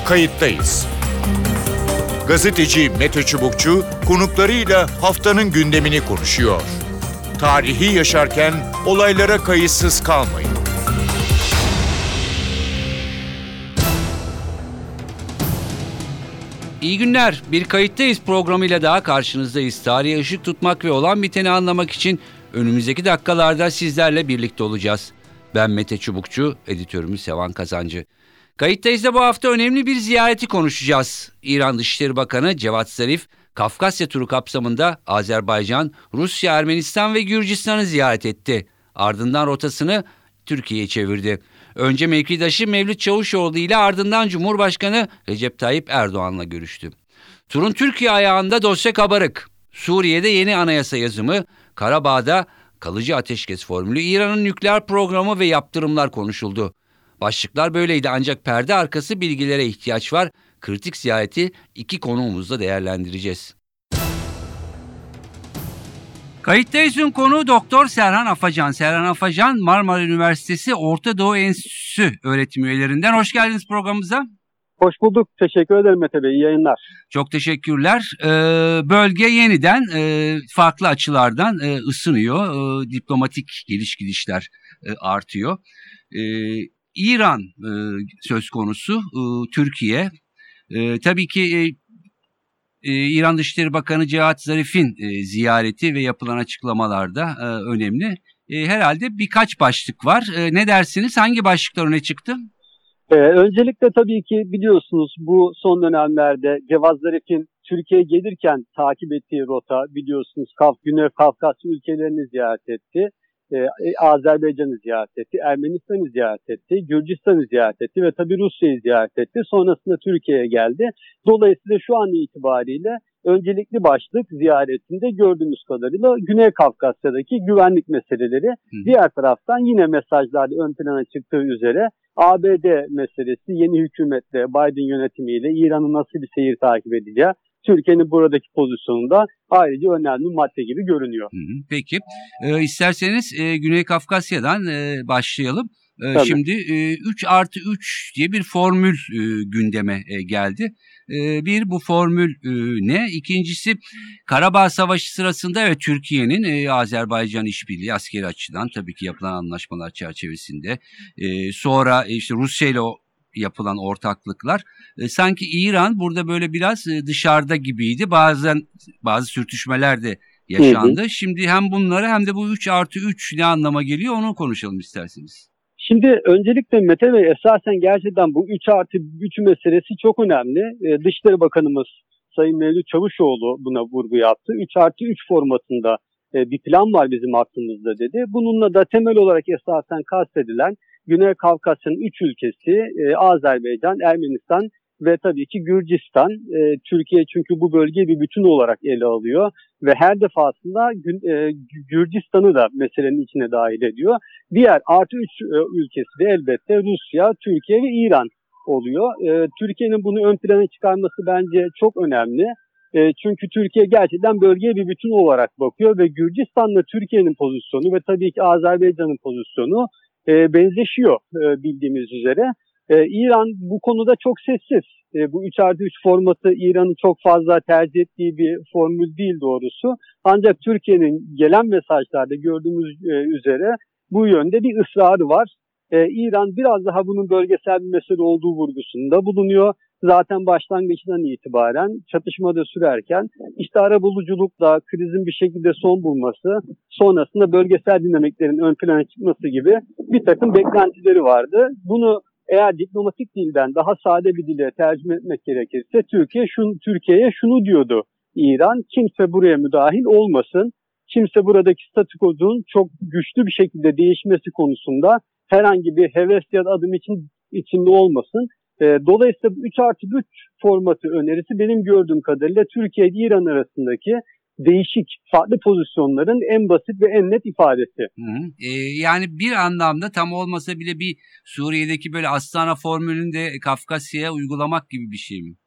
Kayıttayız. Gazeteci Mete Çubukçu konuklarıyla haftanın gündemini konuşuyor. Tarihi yaşarken olaylara kayıtsız kalmayın. İyi günler. Bir Kayıttayız programıyla daha karşınızdayız. Tarihe ışık tutmak ve olan biteni anlamak için önümüzdeki dakikalarda sizlerle birlikte olacağız. Ben Mete Çubukçu, editörümüz Sevan Kazancı. Kayıttayız'da bu hafta önemli bir ziyareti konuşacağız. İran Dışişleri Bakanı Cevat Zarif, Kafkasya turu kapsamında Azerbaycan, Rusya, Ermenistan ve Gürcistan'ı ziyaret etti. Ardından rotasını Türkiye'ye çevirdi. Önce mevkidaşı Mevlüt Çavuşoğlu ile ardından Cumhurbaşkanı Recep Tayyip Erdoğan'la görüştü. Turun Türkiye ayağında dosya kabarık. Suriye'de yeni anayasa yazımı, Karabağ'da kalıcı ateşkes formülü, İran'ın nükleer programı ve yaptırımlar konuşuldu. Başlıklar böyleydi ancak perde arkası bilgilere ihtiyaç var. Kritik ziyareti iki konuğumuzla değerlendireceğiz. Kayıttayız'ın konuğu Doktor Serhan Afacan. Serhan Afacan, Marmara Üniversitesi Orta Doğu Enstitüsü öğretim üyelerinden. Hoş geldiniz programımıza. Hoş bulduk. Teşekkür ederim Mete Bey. İyi yayınlar. Çok teşekkürler. Bölge yeniden farklı açılardan ısınıyor. Diplomatik geliş gidişler artıyor. İran söz konusu, Türkiye. Tabii ki İran Dışişleri Bakanı Cevat Zarif'in ziyareti ve yapılan açıklamalarda önemli. Herhalde birkaç başlık var. Ne dersiniz? Hangi başlıklar öne çıktı? Öncelikle tabii ki biliyorsunuz bu son dönemlerde Cevat Zarif'in Türkiye'ye gelirken takip ettiği rota biliyorsunuz Güney Kafkasya ülkelerini ziyaret etti. Azerbaycan'ı ziyaret etti, Ermenistan'ı ziyaret etti, Gürcistan'ı ziyaret etti ve tabii Rusya'yı ziyaret etti. Sonrasında Türkiye'ye geldi. Dolayısıyla şu an itibariyle öncelikli başlık ziyaretinde gördüğümüz kadarıyla Güney Kafkasya'daki güvenlik meseleleri. Diğer taraftan yine mesajlarda ön plana çıktığı üzere ABD meselesi, yeni hükümetle, Biden yönetimiyle İran'ın nasıl bir seyir takip edeceği, Türkiye'nin buradaki pozisyonunda ayrıca önemli bir madde gibi görünüyor. Peki, isterseniz Güney Kafkasya'dan başlayalım. Şimdi 3+3 diye bir formül gündeme geldi. Bir, bu formül ne? İkincisi, Karabağ Savaşı sırasında ve Türkiye'nin Azerbaycan işbirliği askeri açıdan tabii ki yapılan anlaşmalar çerçevesinde, sonra işte Rusya ile yapılan ortaklıklar, sanki İran burada böyle biraz dışarıda gibiydi. Bazı sürtüşmeler de yaşandı. Şimdi hem bunları hem de bu 3+3 ne anlama geliyor onu konuşalım isterseniz. Şimdi öncelikle Mete Bey, esasen gerçekten bu 3+3 meselesi çok önemli. Dışişleri Bakanımız Sayın Mevlüt Çavuşoğlu buna vurgu yaptı. 3+3 formatında bir plan var bizim aklımızda dedi. Bununla da temel olarak esasen kastedilen Güney Kafkasya'nın 3 ülkesi Azerbaycan, Ermenistan ve tabii ki Gürcistan. Türkiye çünkü bu bölgeyi bir bütün olarak ele alıyor ve her defasında Gürcistan'ı da meselenin içine dahil ediyor. Diğer +3 ülkesi de elbette Rusya, Türkiye ve İran oluyor. Türkiye'nin bunu ön plana çıkarması bence çok önemli. Çünkü Türkiye gerçekten bölgeye bir bütün olarak bakıyor ve Gürcistan'la Türkiye'nin pozisyonu ve tabii ki Azerbaycan'ın pozisyonu benzeşiyor bildiğimiz üzere. İran bu konuda çok sessiz. Bu 3+3 formatı İran'ın çok fazla tercih ettiği bir formül değil doğrusu. Ancak Türkiye'nin gelen mesajlarda gördüğümüz üzere bu yönde bir ısrarı var. İran biraz daha bunun bölgesel bir mesele olduğu vurgusunda bulunuyor. Zaten başlangıçtan itibaren çatışmada sürerken işte arabuluculukla krizin bir şekilde son bulması, sonrasında bölgesel dinamiklerin ön plana çıkması gibi bir takım beklentileri vardı. Bunu eğer diplomatik dilden daha sade bir dile tercüme etmek gerekirse Türkiye'ye şunu diyordu İran: kimse buraya müdahil olmasın, kimse buradaki statükonun çok güçlü bir şekilde değişmesi konusunda herhangi bir heves ya da adım içinde olmasın. Dolayısıyla 3+3 formatı önerisi benim gördüğüm kadarıyla Türkiye ile İran arasındaki değişik farklı pozisyonların en basit ve en net ifadesi. Yani bir anlamda tam olmasa bile bir Suriye'deki böyle Astana formülünü de Kafkasya'ya uygulamak gibi bir şey mi?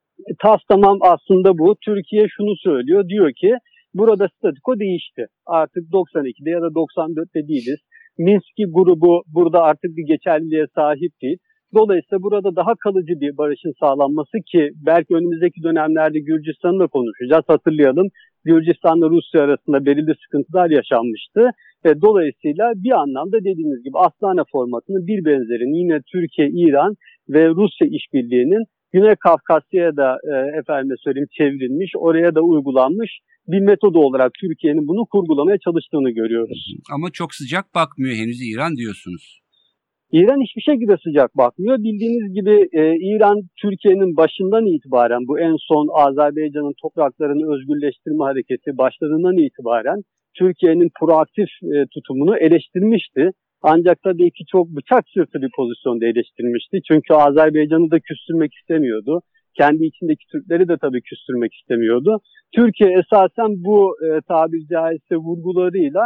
Tamam, aslında bu. Türkiye şunu söylüyor, diyor ki burada statüko değişti. Artık 92'de ya da 94'te değiliz. Minsk grubu burada artık bir geçerliliğe sahip değil. Dolayısıyla burada daha kalıcı bir barışın sağlanması ki belki önümüzdeki dönemlerde Gürcistan'la da konuşacağız. Hatırlayalım, Gürcistan'la Rusya arasında belirli sıkıntılar yaşanmıştı. Dolayısıyla bir anlamda dediğimiz gibi Astana formatının bir benzerini yine Türkiye, İran ve Rusya işbirliğinin Güney Kafkasya'ya da efendime söyleyeyim çevrilmiş, oraya da uygulanmış bir metodu olarak Türkiye'nin bunu kurgulamaya çalıştığını görüyoruz. Ama çok sıcak bakmıyor henüz İran diyorsunuz. İran hiçbir şekilde sıcak bakmıyor. Bildiğiniz gibi İran Türkiye'nin başından itibaren bu en son Azerbaycan'ın topraklarını özgürleştirme hareketi başladığından itibaren Türkiye'nin proaktif tutumunu eleştirmişti. Ancak tabii ki çok bıçak sırtı bir pozisyonda eleştirmişti. Çünkü Azerbaycan'ı da küstürmek istemiyordu. Kendi içindeki Türkleri de tabii küstürmek istemiyordu. Türkiye esasen bu tabiri caizse vurgularıyla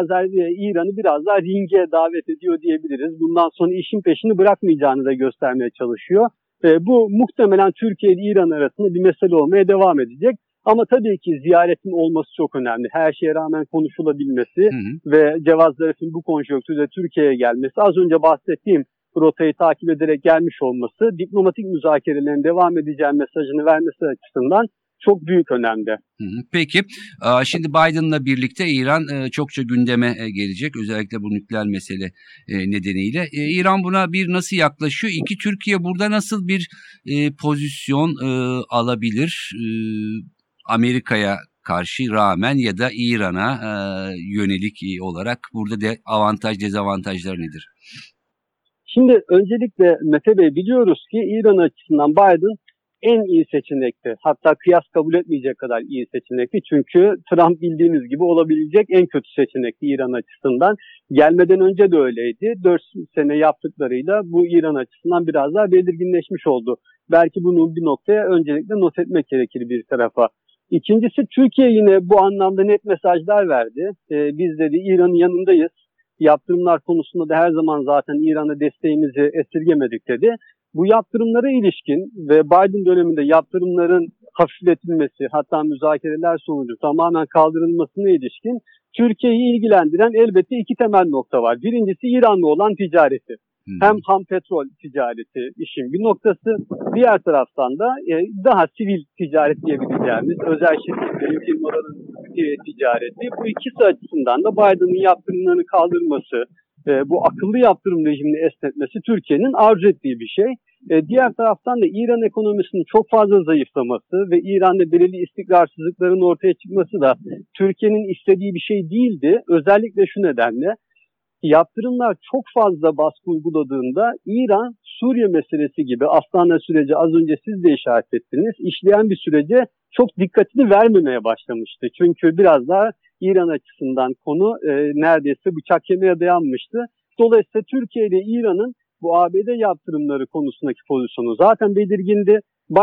İran'ı biraz daha ringe davet ediyor diyebiliriz. Bundan sonra işin peşini bırakmayacağını da göstermeye çalışıyor. Bu muhtemelen Türkiye ile İran arasında bir mesele olmaya devam edecek. Ama tabii ki ziyaretin olması çok önemli. Her şeye rağmen konuşulabilmesi ve Cevat Zarif'in bu konjonktürde Türkiye'ye gelmesi, az önce bahsettiğim rotayı takip ederek gelmiş olması, diplomatik müzakerelerin devam edeceği mesajını vermesi açısından çok büyük önemde. Peki, şimdi Biden'la birlikte İran çokça gündeme gelecek. Özellikle bu nükleer mesele nedeniyle. İran buna nasıl yaklaşıyor? İki, Türkiye burada nasıl bir pozisyon alabilir? Amerika'ya karşı rağmen ya da İran'a yönelik olarak burada avantaj dezavantajlar nedir? Şimdi öncelikle Mete Bey, biliyoruz ki İran açısından Biden en iyi seçenekti. Hatta kıyas kabul etmeyecek kadar iyi seçenekti. Çünkü Trump bildiğiniz gibi olabilecek en kötü seçenekti İran açısından. Gelmeden önce de öyleydi. 4 sene yaptıklarıyla bu İran açısından biraz daha belirginleşmiş oldu. Belki bunu bir noktaya öncelikle not etmek gerekir bir tarafa. İkincisi, Türkiye yine bu anlamda net mesajlar verdi. Biz dedi İran'ın yanındayız. Yaptırımlar konusunda da her zaman zaten İran'a desteğimizi esirgemedik dedi. Bu yaptırımlara ilişkin ve Biden döneminde yaptırımların hafifletilmesi, hatta müzakereler sonucu tamamen kaldırılmasına ilişkin Türkiye'yi ilgilendiren elbette iki temel nokta var. Birincisi İran'la olan ticareti. Hem ham petrol ticareti işin bir noktası, diğer taraftan da daha sivil ticaret diyebileceğimiz özel şirketlerin, firmaların ticareti. Bu ikisi açısından da Biden'ın yaptırımlarını kaldırması, bu akıllı yaptırım rejimini esnetmesi Türkiye'nin arzu ettiği bir şey. Diğer taraftan da İran ekonomisinin çok fazla zayıflaması ve İran'da belirli istikrarsızlıkların ortaya çıkması da Türkiye'nin istediği bir şey değildi. Özellikle şu nedenle, yaptırımlar çok fazla baskı uyguladığında İran, Suriye meselesi gibi Astana süreci az önce siz de işaret ettiniz, işleyen bir sürece çok dikkatini vermemeye başlamıştı. Çünkü biraz daha İran açısından konu neredeyse bıçak kemiğe dayanmıştı. Dolayısıyla Türkiye ile İran'ın bu ABD yaptırımları konusundaki pozisyonu zaten belirgindi.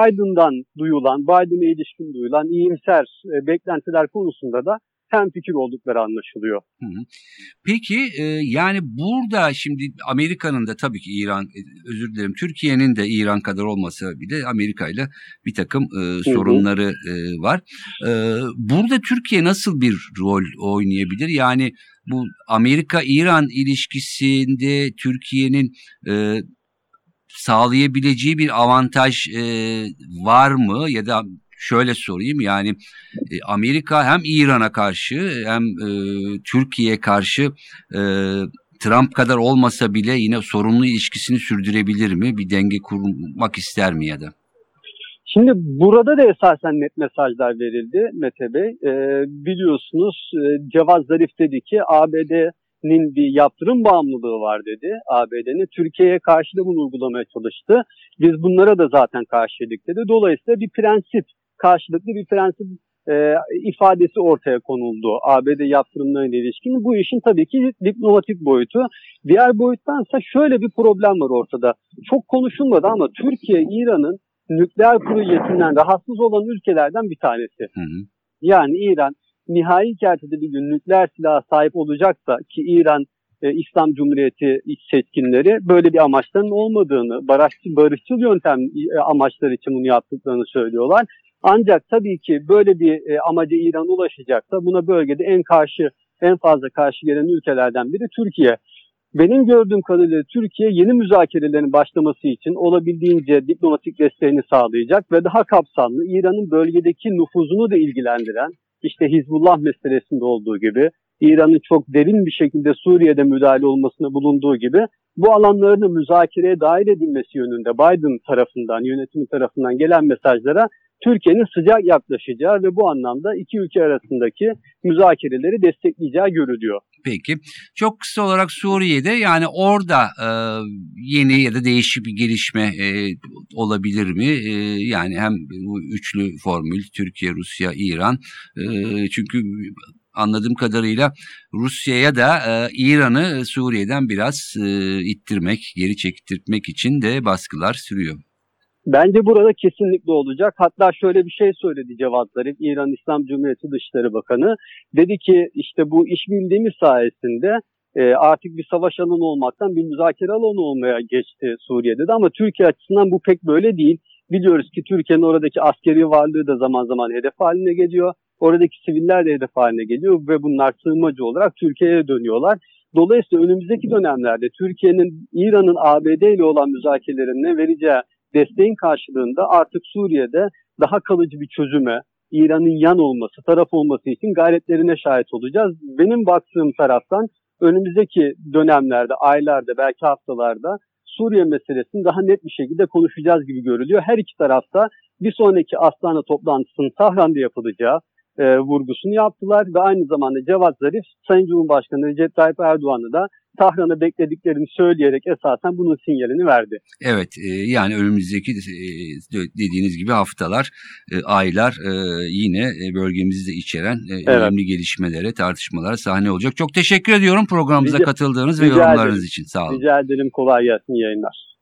Biden'a ilişkin duyulan iyimser beklentiler konusunda da hemfikir oldukları anlaşılıyor. Peki yani burada şimdi Amerika'nın da tabii ki özür dilerim, Türkiye'nin de İran kadar olmasa bile Amerika ile bir takım sorunları var. Burada Türkiye nasıl bir rol oynayabilir? Yani bu Amerika-İran ilişkisinde Türkiye'nin sağlayabileceği bir avantaj var mı? Ya da şöyle sorayım, yani Amerika hem İran'a karşı hem Türkiye'ye karşı Trump kadar olmasa bile yine sorunlu ilişkisini sürdürebilir mi? Bir denge kurmak ister mi ya da? Şimdi burada da esasen net mesajlar verildi Mete Bey. Biliyorsunuz Cevat Zarif dedi ki ABD'nin bir yaptırım bağımlılığı var dedi. ABD'nin Türkiye'ye karşı da bunu uygulamaya çalıştı. Biz bunlara da zaten karşıydık dedi. Dolayısıyla karşılıklı bir prensip ifadesi ortaya konuldu ABD yaptırımlarına ilişkin. Bu işin tabii ki diplomatik boyutu. Diğer boyuttansa şöyle bir problem var ortada. Çok konuşulmadı ama Türkiye, İran'ın nükleer projesinden rahatsız olan ülkelerden bir tanesi. Yani İran nihai kertede bir gün nükleer silaha sahip olacaksa, ki İran İslam Cumhuriyeti seçkinleri böyle bir amaçlarının olmadığını, barışçıl yöntem amaçları için bunu yaptıklarını söylüyorlar. Ancak tabii ki böyle bir amaca İran ulaşacaksa buna bölgede en fazla karşı gelen ülkelerden biri Türkiye. Benim gördüğüm kadarıyla Türkiye yeni müzakerelerin başlaması için olabildiğince diplomatik desteğini sağlayacak ve daha kapsamlı İran'ın bölgedeki nüfuzunu da ilgilendiren, işte Hizbullah meselesinde olduğu gibi, İran'ın çok derin bir şekilde Suriye'de müdahale olmasına bulunduğu gibi bu alanların da müzakereye dahil edilmesi yönünde Biden tarafından, yönetimi tarafından gelen mesajlara Türkiye'nin sıcak yaklaşacağı ve bu anlamda iki ülke arasındaki müzakereleri destekleyeceği görülüyor. Peki. Çok kısa olarak Suriye'de, yani orada yeni ya da değişik bir gelişme olabilir mi? Yani hem bu üçlü formül Türkiye, Rusya, İran. Çünkü anladığım kadarıyla Rusya'ya da İran'ı Suriye'den biraz ittirmek, geri çektirmek için de baskılar sürüyor. Bence burada kesinlikle olacak. Hatta şöyle bir şey söyledi Cevat Zarif, İran İslam Cumhuriyeti Dışişleri Bakanı. Dedi ki işte bu işbirliğimiz sayesinde artık bir savaş alanı olmaktan bir müzakere alanı olmaya geçti Suriye'de de. Ama Türkiye açısından bu pek böyle değil. Biliyoruz ki Türkiye'nin oradaki askeri varlığı da zaman zaman hedef haline geliyor. Oradaki siviller de hedef haline geliyor ve bunlar sığınmacı olarak Türkiye'ye dönüyorlar. Dolayısıyla önümüzdeki dönemlerde Türkiye'nin İran'ın ABD ile olan müzakerelerine vereceği desteğin karşılığında artık Suriye'de daha kalıcı bir çözüme, İran'ın yan olması, taraf olması için gayretlerine şahit olacağız. Benim baktığım taraftan önümüzdeki dönemlerde, aylarda, belki haftalarda Suriye meselesini daha net bir şekilde konuşacağız gibi görülüyor. Her iki tarafta bir sonraki Astana toplantısının Tahran'da yapılacağı vurgusunu yaptılar ve aynı zamanda Cevat Zarif, Sayın Cumhurbaşkanı Recep Tayyip Erdoğan'ı da Tahran'ı beklediklerini söyleyerek esasen bunun sinyalini verdi. Evet, yani önümüzdeki dediğiniz gibi haftalar, aylar yine bölgemizde içeren önemli gelişmelere, tartışmalara sahne olacak. Çok teşekkür ediyorum programımıza katıldığınız ve yorumlarınız için. Sağ olun. Rica ederim. Kolay gelsin, yayınlar.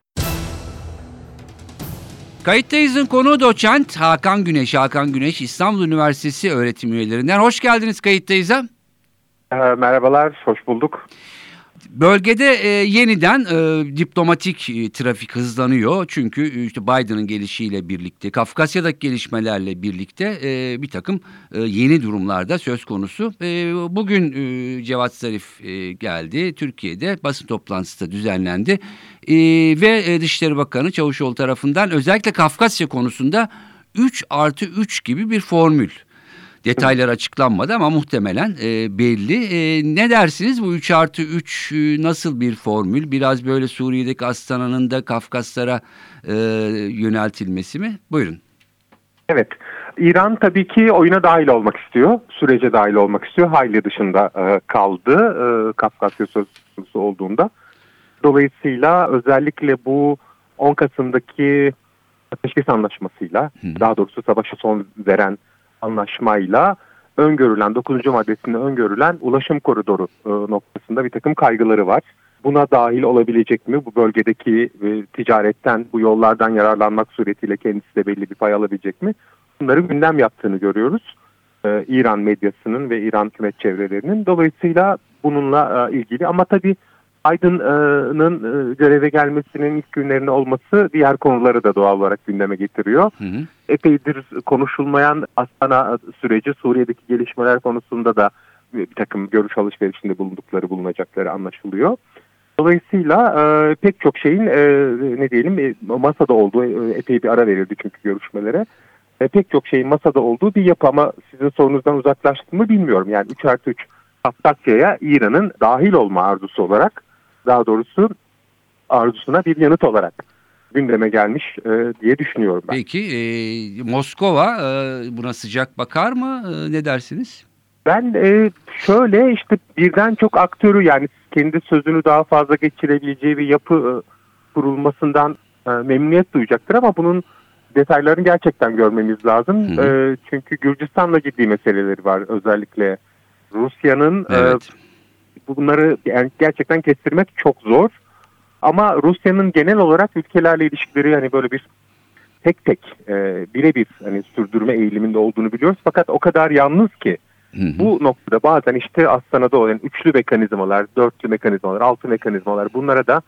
Kayıttayız'ın konuğu doçent Hakan Güneş. Hakan Güneş İstanbul Üniversitesi öğretim üyelerinden. Hoş geldiniz Kayıttayız'a. Merhabalar, hoş bulduk. Bölgede yeniden diplomatik trafik hızlanıyor. Çünkü işte Biden'ın gelişiyle birlikte, Kafkasya'daki gelişmelerle birlikte bir takım yeni durumlarda söz konusu. Bugün Cevat Zarif geldi. Türkiye'de basın toplantısı da düzenlendi. Ve Dışişleri Bakanı Çavuşoğlu tarafından özellikle Kafkasya konusunda 3+3 gibi bir formül. Detaylar açıklanmadı ama muhtemelen belli. Ne dersiniz, bu 3+3 nasıl bir formül? Biraz böyle Suriye'deki Astana'nın da Kafkaslara yöneltilmesi mi? Buyurun. Evet, İran tabii ki oyuna dahil olmak istiyor, sürece dahil olmak istiyor. Hayli dışında kaldı Kafkasya söz konusu olduğunda. Dolayısıyla özellikle bu 10 Kasım'daki ateşkes anlaşmasıyla, daha doğrusu savaşa son veren anlaşmayla öngörülen 9. maddesinde öngörülen ulaşım koridoru noktasında bir takım kaygıları var. Buna dahil olabilecek mi? Bu bölgedeki ticaretten, bu yollardan yararlanmak suretiyle kendisi de belli bir pay alabilecek mi? Bunları gündem yaptığını görüyoruz. İran medyasının ve İran hükümet çevrelerinin. Dolayısıyla bununla ilgili, ama tabii Biden'ın göreve gelmesinin ilk günlerinde olması diğer konuları da doğal olarak gündeme getiriyor. Epeydir konuşulmayan Astana süreci, Suriye'deki gelişmeler konusunda da bir takım görüş alışverişinde bulunacakları anlaşılıyor. Dolayısıyla pek çok şeyin masada olduğu, epey bir ara verildi çünkü görüşmelere. Pek çok şeyin masada olduğu bir yapı, ama sizin sorunuzdan uzaklaştım mı bilmiyorum. Yani 3+3 Kafkasya'ya İran'ın dahil olma arzusu olarak, daha doğrusu arzusuna bir yanıt olarak gündeme gelmiş diye düşünüyorum ben. Peki Moskova buna sıcak bakar mı? Ne dersiniz? Ben şöyle işte birden çok aktörü, yani kendi sözünü daha fazla geçirebileceği bir yapı kurulmasından memnuniyet duyacaktır, ama bunun detaylarını gerçekten görmemiz lazım. Çünkü Gürcistan'la ciddi meseleleri var, özellikle Rusya'nın. Evet. Bunları yani gerçekten kestirmek çok zor. Ama Rusya'nın genel olarak ülkelerle ilişkileri hani böyle bir tek birebir hani sürdürme eğiliminde olduğunu biliyoruz. Fakat o kadar yalnız ki bu noktada bazen işte Astana'da olan üçlü mekanizmalar, dörtlü mekanizmalar, altı mekanizmalar, bunlara da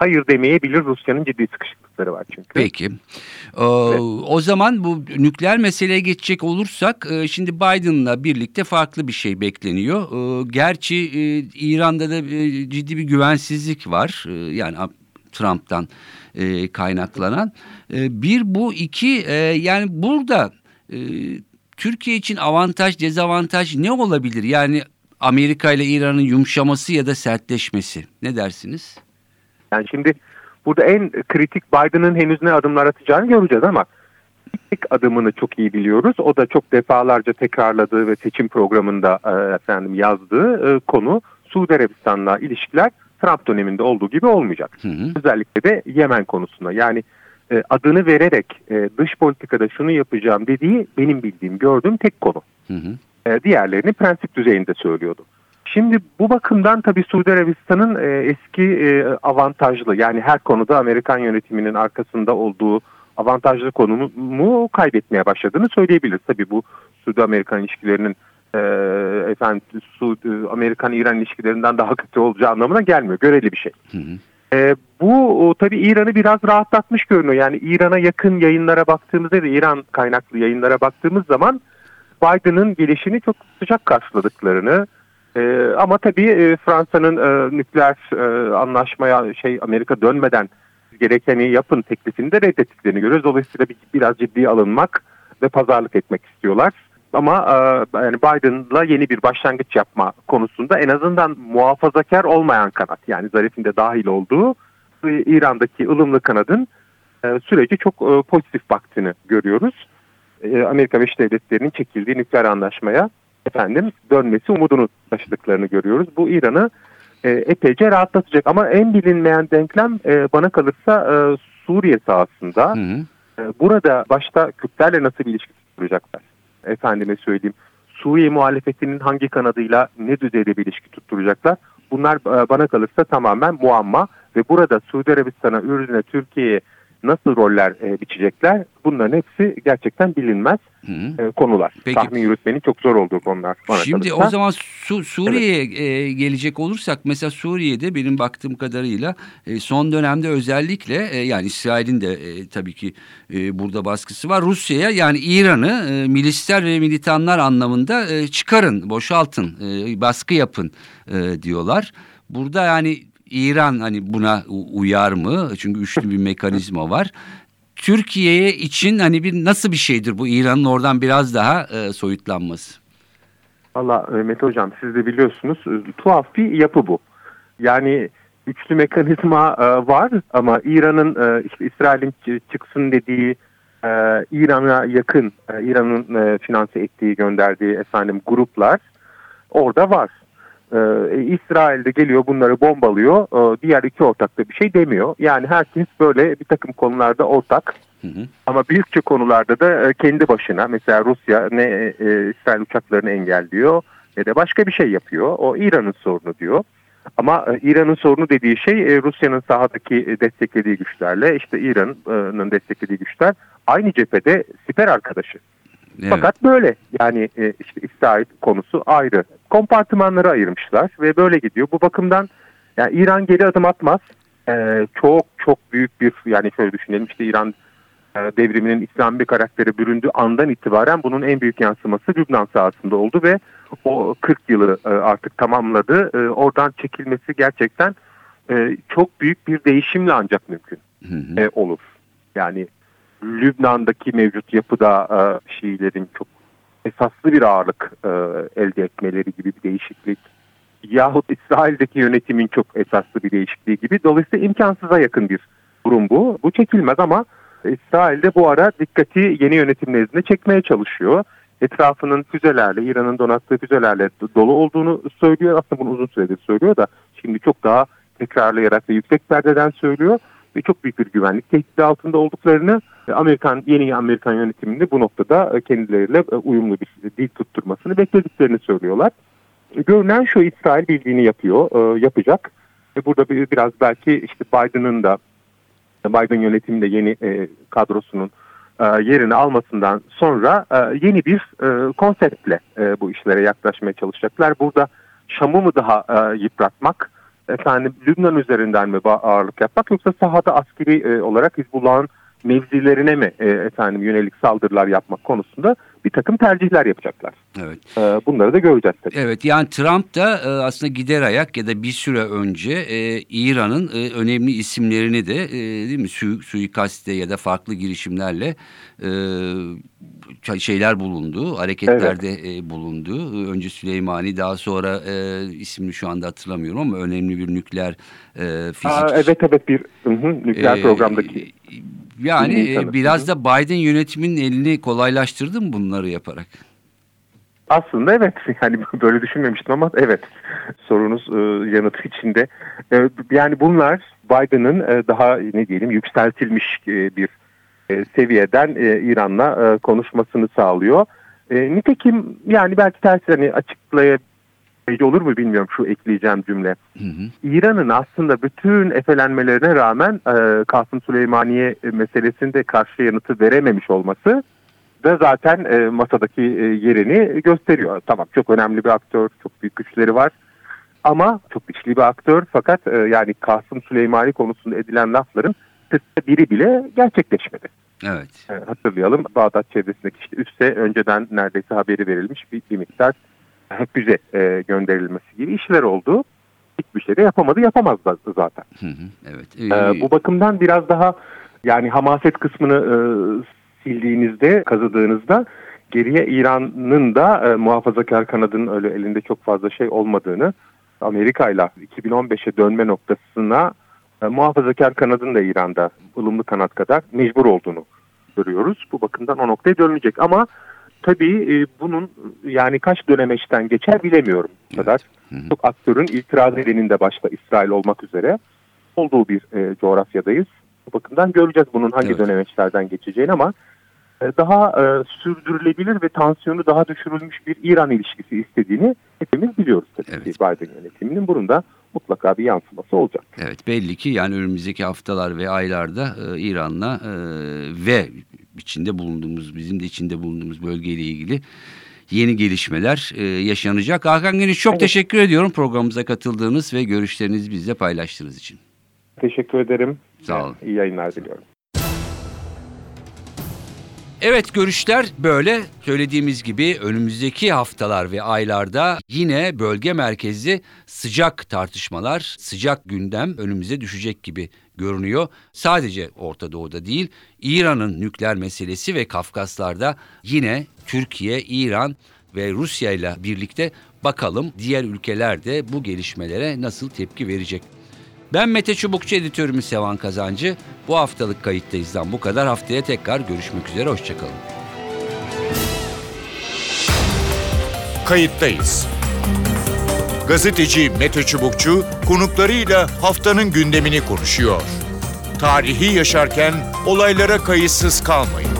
hayır demeyebilir. Rusya'nın ciddi sıkışıklıkları var çünkü. Peki. O zaman bu nükleer meseleye geçecek olursak şimdi Biden'la birlikte farklı bir şey bekleniyor. Gerçi İran'da da ciddi bir güvensizlik var. Yani Trump'tan kaynaklanan. Bir bu, iki yani burada Türkiye için avantaj, dezavantaj ne olabilir? Yani Amerika ile İran'ın yumuşaması ya da sertleşmesi. Ne dersiniz? Yani şimdi burada en kritik Biden'ın henüz ne adımlar atacağını göreceğiz ama ilk adımını çok iyi biliyoruz. O da çok defalarca tekrarladığı ve seçim programında yazdığı konu Suudi Arabistan'la ilişkiler Trump döneminde olduğu gibi olmayacak. Hı hı. Özellikle de Yemen konusunda. Yani adını vererek dış politikada şunu yapacağım dediği benim bildiğim, gördüğüm tek konu. Hı hı. Diğerlerini prensip düzeyinde söylüyordu. Şimdi bu bakımdan tabii Suudi Arabistan'ın eski avantajlı, yani her konuda Amerikan yönetiminin arkasında olduğu avantajlı konumu kaybetmeye başladığını söyleyebiliriz. Tabii bu Suudi-Amerikan ilişkilerinin Amerikan-İran ilişkilerinden daha kötü olacağı anlamına gelmiyor. Göreli bir şey. Hı hı. Bu tabii İran'ı biraz rahatlatmış görünüyor. Yani İran'a yakın yayınlara baktığımızda ve İran kaynaklı yayınlara baktığımız zaman Biden'ın gelişini çok sıcak karşıladıklarını, ama tabii Fransa'nın nükleer anlaşmaya Amerika dönmeden gerekeni yapın teklifini de reddettiklerini görüyoruz. Dolayısıyla biraz ciddiye alınmak ve pazarlık etmek istiyorlar. Ama yani Biden'la yeni bir başlangıç yapma konusunda en azından muhafazakar olmayan kanat, yani Zarif'in de dahil olduğu İran'daki ılımlı kanadın süreci çok pozitif baktığını görüyoruz. Amerika Birleşik Devletleri'nin çekildiği nükleer anlaşmaya dönmesi umudunu taşıdıklarını görüyoruz. Bu İran'ı epeyce rahatlatacak ama en bilinmeyen denklem bana kalırsa Suriye sahasında. Hı hı. Burada başta Kürtlerle nasıl bir ilişki tutturacaklar? Efendime söyleyeyim, Suriye muhalefetinin hangi kanadıyla ne düzeyde bir ilişki tutturacaklar? Bunlar bana kalırsa tamamen muamma ve burada Suudi Arabistan'a, Ürdün'e, Türkiye'ye nasıl roller biçecekler? Bunların hepsi gerçekten bilinmez konular. Peki. Tahmin yürütmenin çok zor olduğu konular bana Şimdi kalırsa. o zaman Suriye'ye gelecek olursak, mesela Suriye'de benim baktığım kadarıyla son dönemde özellikle yani İsrail'in de tabii ki burada baskısı var. Rusya'ya, yani İran'ı milisler ve militanlar anlamında çıkarın, boşaltın, baskı yapın diyorlar. Burada yani İran hani buna uyar mı? Çünkü üçlü bir mekanizma var. Türkiye için hani nasıl bir şeydir bu, İran'ın oradan biraz daha soyutlanması? Valla Mete Hocam, siz de biliyorsunuz, tuhaf bir yapı bu. Yani üçlü mekanizma var ama İran'ın İsrail'in çıksın dediği, İran'a yakın, İran'ın finanse ettiği, gönderdiği gruplar orada var. İsrail'de geliyor bunları bombalıyor. Diğer iki ortak da bir şey demiyor. Yani herkes böyle bir takım konularda ortak. Hı hı. Ama büyükçe konularda da kendi başına. Mesela Rusya ne İsrail uçaklarını engelliyor ne de başka bir şey yapıyor. O İran'ın sorunu diyor. Ama İran'ın sorunu dediği şey Rusya'nın sahadaki desteklediği güçlerle İran'ın desteklediği güçler aynı cephede siper arkadaşı. Evet. Fakat böyle yani İsrail konusu ayrı. Kompartımanları ayırmışlar ve böyle gidiyor. Bu bakımdan yani İran geri adım atmaz. Çok çok büyük bir, yani şöyle düşünelim, İran devriminin İslami bir karaktere büründüğü andan itibaren bunun en büyük yansıması Lübnan sahasında oldu ve o 40 yılı artık tamamladı. Oradan çekilmesi gerçekten çok büyük bir değişimle ancak mümkün olur. Yani Lübnan'daki mevcut yapıda Şiilerin çok esaslı bir ağırlık elde etmeleri gibi bir değişiklik, yahut İsrail'deki yönetimin çok esaslı bir değişikliği gibi, dolayısıyla imkansıza yakın bir durum bu. Bu çekilmez ama İsrail'de bu ara dikkati yeni yönetim nezdinde çekmeye çalışıyor. Etrafının füzelerle, İran'ın donattığı füzelerle dolu olduğunu söylüyor. Aslında bunu uzun süredir söylüyor da şimdi çok daha tekrarlayarak ve yüksek perdeden söylüyor. Ve çok büyük bir güvenlik tehdidi altında olduklarını, yeni Amerikan yönetiminde bu noktada kendileriyle uyumlu bir dil tutturmasını beklediklerini söylüyorlar. Görünen şu, İsrail bildiğini yapıyor, yapacak. Burada biraz belki Biden yönetiminde yeni kadrosunun yerini almasından sonra yeni bir konseptle bu işlere yaklaşmaya çalışacaklar. Burada Şam'ı mı daha yıpratmak, Lübnan üzerinden mi ağırlık yapmak, yoksa sahada askeri olarak Hizbullah'ın mevzilerine mi yönelik saldırılar yapmak konusunda bir takım tercihler yapacaklar. Evet. Bunları da göreceğiz tabii. Evet, yani Trump da aslında gider ayak ya da bir süre önce İran'ın önemli isimlerini de değil mi suikaste ya da farklı girişimlerle şeyler bulundu, hareketlerde bulundu. Önce Süleymani, daha sonra ismini şu anda hatırlamıyorum ama önemli bir nükleer fizik. Evet bir nükleer programdaki. Yani biraz da Biden yönetiminin elini kolaylaştırdı mı bunları yaparak? Aslında evet, yani böyle düşünmemiştim ama evet, sorunuz yanıtı içinde. Yani bunlar Biden'ın daha yükseltilmiş bir seviyeden İran'la konuşmasını sağlıyor. Nitekim yani belki ters açıklayıcı olur mu bilmiyorum şu ekleyeceğim cümle. İran'ın aslında bütün efelenmelerine rağmen Kasım Süleymaniye meselesinde karşı yanıtı verememiş olması da zaten masadaki yerini gösteriyor. Tamam, çok önemli bir aktör, çok büyük güçleri var ama çok güçlü bir aktör, fakat yani Kasım Süleymani konusunda edilen lafların biri bile gerçekleşmedi. Evet. Hatırlayalım, Bağdat çevresindeki üsse önceden neredeyse haberi verilmiş bir miktar füze gönderilmesi gibi işler oldu. Hiçbir şey de yapamaz zaten. Evet. Bu bakımdan biraz daha yani hamaset kısmını sildiğinizde, kazıdığınızda geriye İran'ın da muhafazakar kanadının öyle elinde çok fazla şey olmadığını, Amerika ile 2015'e dönme noktasına muhafazakar kanadın da İran'da ılımlı kanat kadar mecbur olduğunu görüyoruz. Bu bakımdan o noktaya dönülecek ama tabii bunun yani kaç dönemeçten geçer bilemiyorum kadar. Çok aktörün, itiraz edenin de başta İsrail olmak üzere olduğu bir coğrafyadayız. Bu bakımdan göreceğiz bunun hangi dönemeçlerden geçeceğini ama daha sürdürülebilir ve tansiyonu daha düşürülmüş bir İran ilişkisi istediğini hepimiz biliyoruz tabii ki. Biden yönetiminin bunun da mutlaka bir yansıması olacak. Evet, belli ki yani önümüzdeki haftalar ve aylarda İran'la ve bizim de içinde bulunduğumuz bölgeyle ilgili yeni gelişmeler yaşanacak. Hakan Geniş, çok teşekkür ediyorum programımıza katıldığınız ve görüşlerinizi bizle paylaştığınız için. Teşekkür ederim. Sağ olun. İyi yayınlar diliyorum. Evet, görüşler böyle. Söylediğimiz gibi önümüzdeki haftalar ve aylarda yine bölge merkezli sıcak tartışmalar, sıcak gündem önümüze düşecek gibi görünüyor. Sadece Orta Doğu'da değil, İran'ın nükleer meselesi ve Kafkaslar'da yine Türkiye, İran ve Rusya ile birlikte bakalım diğer ülkeler de bu gelişmelere nasıl tepki verecek. Ben Mete Çubukçu, editörümüz Sevan Kazancı. Bu haftalık Kayıttayız'dan bu kadar. Haftaya tekrar görüşmek üzere. Hoşçakalın. Kayıttayız. Gazeteci Mete Çubukçu konuklarıyla haftanın gündemini konuşuyor. Tarihi yaşarken olaylara kayıtsız kalmayın.